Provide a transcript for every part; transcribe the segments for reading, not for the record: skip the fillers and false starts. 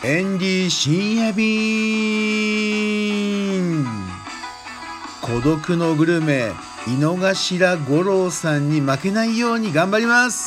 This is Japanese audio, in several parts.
エンディ深夜便。孤独のグルメ井の頭五郎さんに負けないように頑張ります。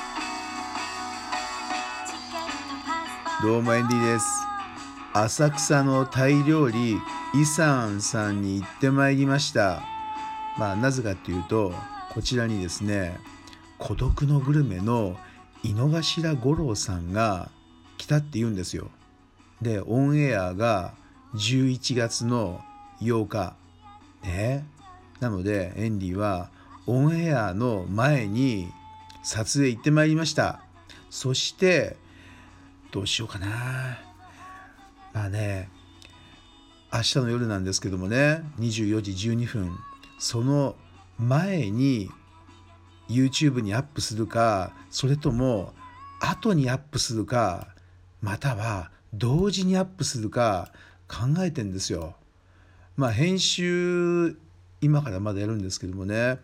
どうもエンディです。浅草のタイ料理イサンさんに行ってまいりました。なぜかっていうと、こちらにですね、孤独のグルメの井の頭五郎さんが来たって言うんですよ。で、オンエアが11月の8日ね。なのでエンディはオンエアの前に撮影行ってまいりました。そしてどうしようかな。明日の夜なんですけどもね、24時12分、その前に YouTube にアップするか、それとも後にアップするか、または同時にアップするか考えてんですよ。編集今からまだやるんですけどもね、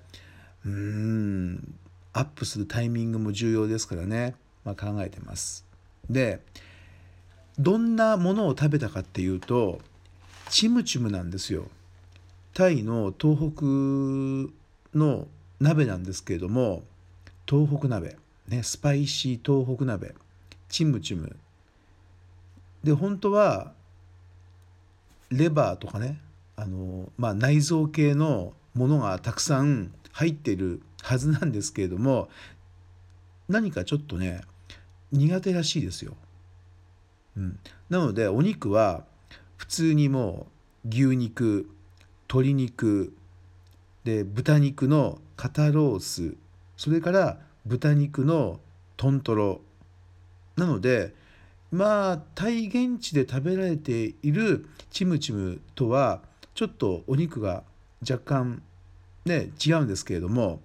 アップするタイミングも重要ですからね、考えてます。で、どんなものを食べたかっていうと、チムチュムなんですよ。タイの東北の鍋なんですけれども、東北鍋ね、スパイシー東北鍋、チムチュムで、本当はレバーとかね、内臓系のものがたくさん入っているはずなんですけれども、何かちょっとね苦手らしいですよ。なのでお肉は普通にもう牛肉、鶏肉で、豚肉の肩ロース、それから豚肉のトントロなので、タイ現地で食べられているチムチムとはちょっとお肉が若干ね違うんですけれども、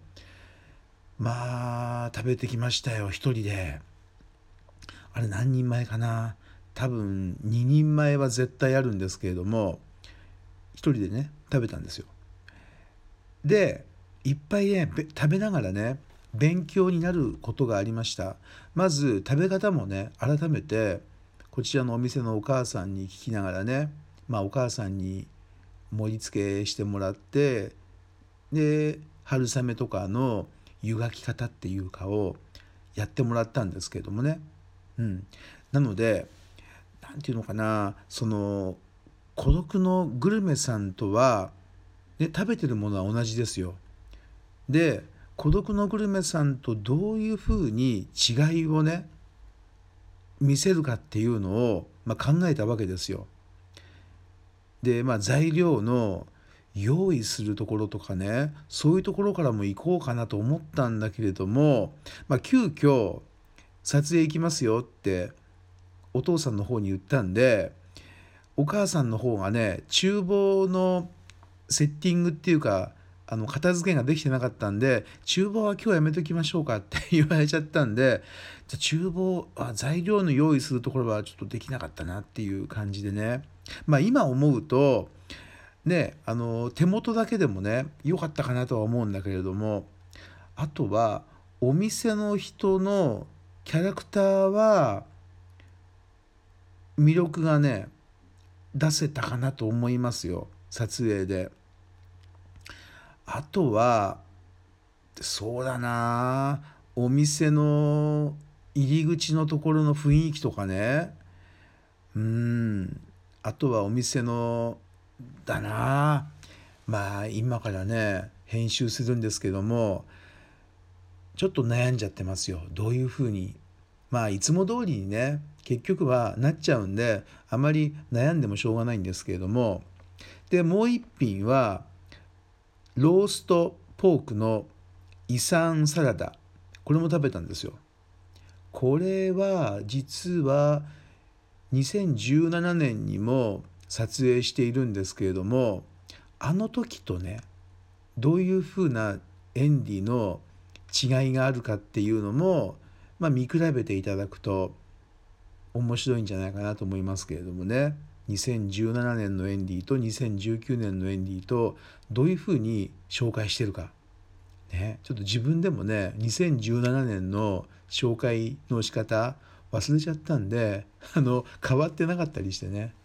食べてきましたよ、一人で。あれ何人前かな、多分2人前は絶対あるんですけれども、一人でね食べたんですよ。で、いっぱいね食べながらね勉強になることがありました。まず食べ方もね改めてこちらのお店のお母さんに聞きながらね、お母さんに盛り付けしてもらって、で春雨とかの湯がき方っていうかをやってもらったんですけどもね。なのでなんていうのかな、その孤独のグルメさんとは、食べてるものは同じですよ。で、孤独のグルメさんとどういうふうに違いをね見せるかっていうのを、考えたわけですよ。で、材料の用意するところとかね、そういうところからも行こうかなと思ったんだけれども、急遽撮影行きますよってお父さんの方に言ったんで、お母さんの方がね厨房のセッティングっていうか、片付けができてなかったんで、厨房は今日やめときましょうかって言われちゃったんで、じゃ厨房材料の用意するところはちょっとできなかったなっていう感じでね。今思うとね、手元だけでもね良かったかなとは思うんだけれども、あとはお店の人のキャラクターは魅力がね出せたかなと思いますよ、撮影で。あとはそうだな、お店の入り口のところの雰囲気とかね。あとはお店のだな、今からね編集するんですけども、ちょっと悩んじゃってますよ、どういうふうに。いつも通りにね結局はなっちゃうんで、あまり悩んでもしょうがないんですけれども。で、もう一品はローストポークのイサンサラダ、これも食べたんですよ。これは実は2017年にも撮影しているんですけれども、あの時とねどういうふうなエンディの違いがあるかっていうのも、見比べていただくと面白いんじゃないかなと思いますけれどもね。2017年のエンディと2019年のエンディとどういうふうに紹介してるかね、ちょっと自分でもね2017年の紹介の仕方忘れちゃったんで変わってなかったりしてね。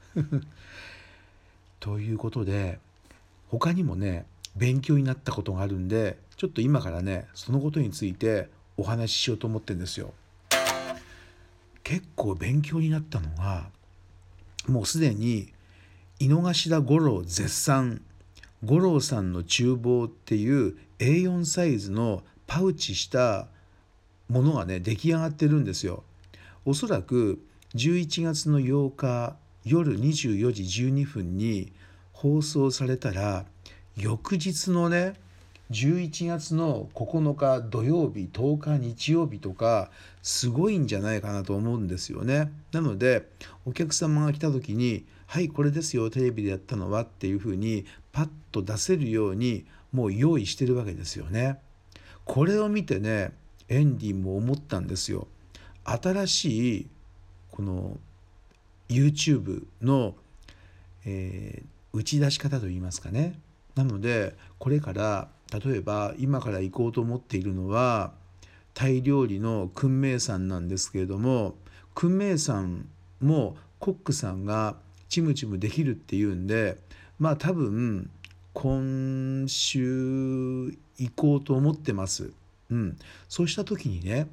ということで他にもね勉強になったことがあるんで、ちょっと今からねそのことについてお話ししようと思ってるんですよ。結構勉強になったのが、もうすでに井の頭五郎絶賛、五郎さんの厨房っていう A4 サイズのパウチしたものがね出来上がってるんですよ。おそらく11月の8日夜24時12分に放送されたら、翌日のね11月の9日土曜日、10日日曜日とかすごいんじゃないかなと思うんですよね。なのでお客様が来た時にはいこれですよテレビでやったのはっていうふうにパッと出せるようにもう用意してるわけですよね。これを見てねエンディも思ったんですよ。新しいこの YouTube の、打ち出し方といいますかね。なのでこれから例えば今から行こうと思っているのはタイ料理の訓明さんなんですけれども、訓明さんもコックさんがチムチムできるっていうんで、まあ多分今週行こうと思ってます。そうした時にね、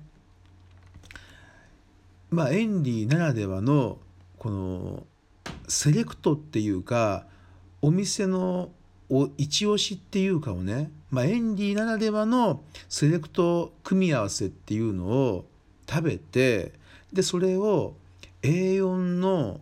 エンディならではのこのセレクトっていうか、お店の一押しっていうかをね、エンディならではのセレクト組み合わせっていうのを食べて、でそれを A4 の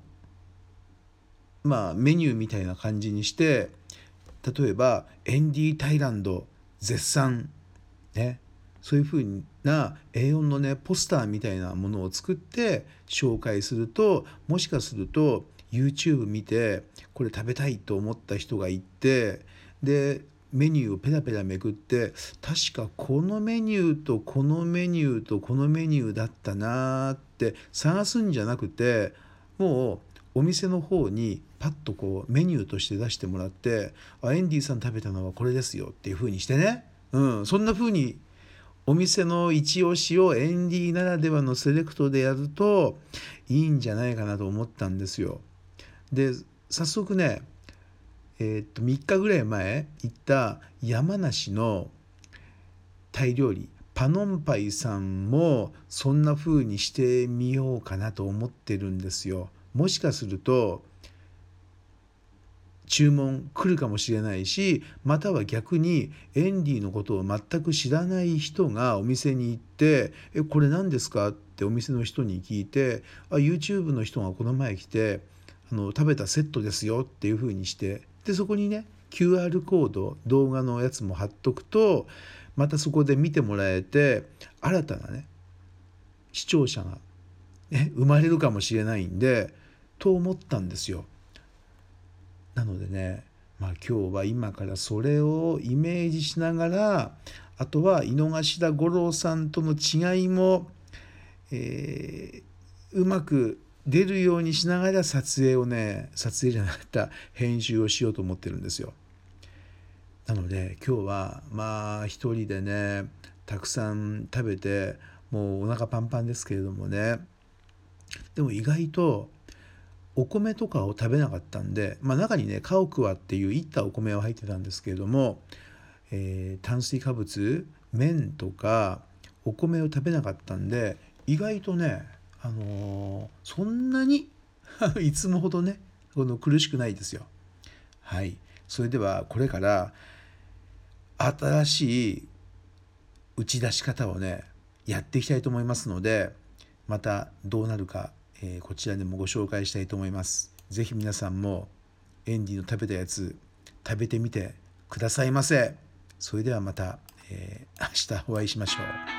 メニューみたいな感じにして、例えばエンディタイランド絶賛ね、そういうふうな A4 のねポスターみたいなものを作って紹介すると、もしかすると YouTube 見てこれ食べたいと思った人がいて、でメニューをペラペラめくって、確かこのメニューとこのメニューとこのメニューだったなって探すんじゃなくて、もうお店の方にパッとこうメニューとして出してもらって、エンディさん食べたのはこれですよっていう風にしてね、そんな風にお店の一押しをエンディならではのセレクトでやるといいんじゃないかなと思ったんですよ。で早速ね、3日ぐらい前行った山梨のタイ料理パノンパイさんもそんな風にしてみようかなと思ってるんですよ。もしかすると注文来るかもしれないし、または逆にエンディのことを全く知らない人がお店に行って「これ何ですか?」ってお店の人に聞いて「YouTube の人がこの前来て食べたセットですよ」っていうふうにして、でそこにね QR コード動画のやつも貼っとくと、またそこで見てもらえて新たなね視聴者が、生まれるかもしれないんでと思ったんですよ。なのでね、今日は今からそれをイメージしながら、あとは井の頭五郎さんとの違いも、うまく出るようにしながら撮影じゃなかった編集をしようと思ってるんですよ。なので今日は一人でねたくさん食べてもうお腹パンパンですけれどもね、でも意外とお米とかを食べなかったんで、中にね家屋はっていういったお米は入ってたんですけれども、炭水化物麺とかお米を食べなかったんで、意外とね、そんなにいつもほどね苦しくないですよ。はい、それではこれから新しい打ち出し方をねやっていきたいと思いますので、またどうなるか、こちらでもご紹介したいと思います。ぜひ皆さんもエンディの食べたやつ食べてみてくださいませ。それではまた、明日お会いしましょう。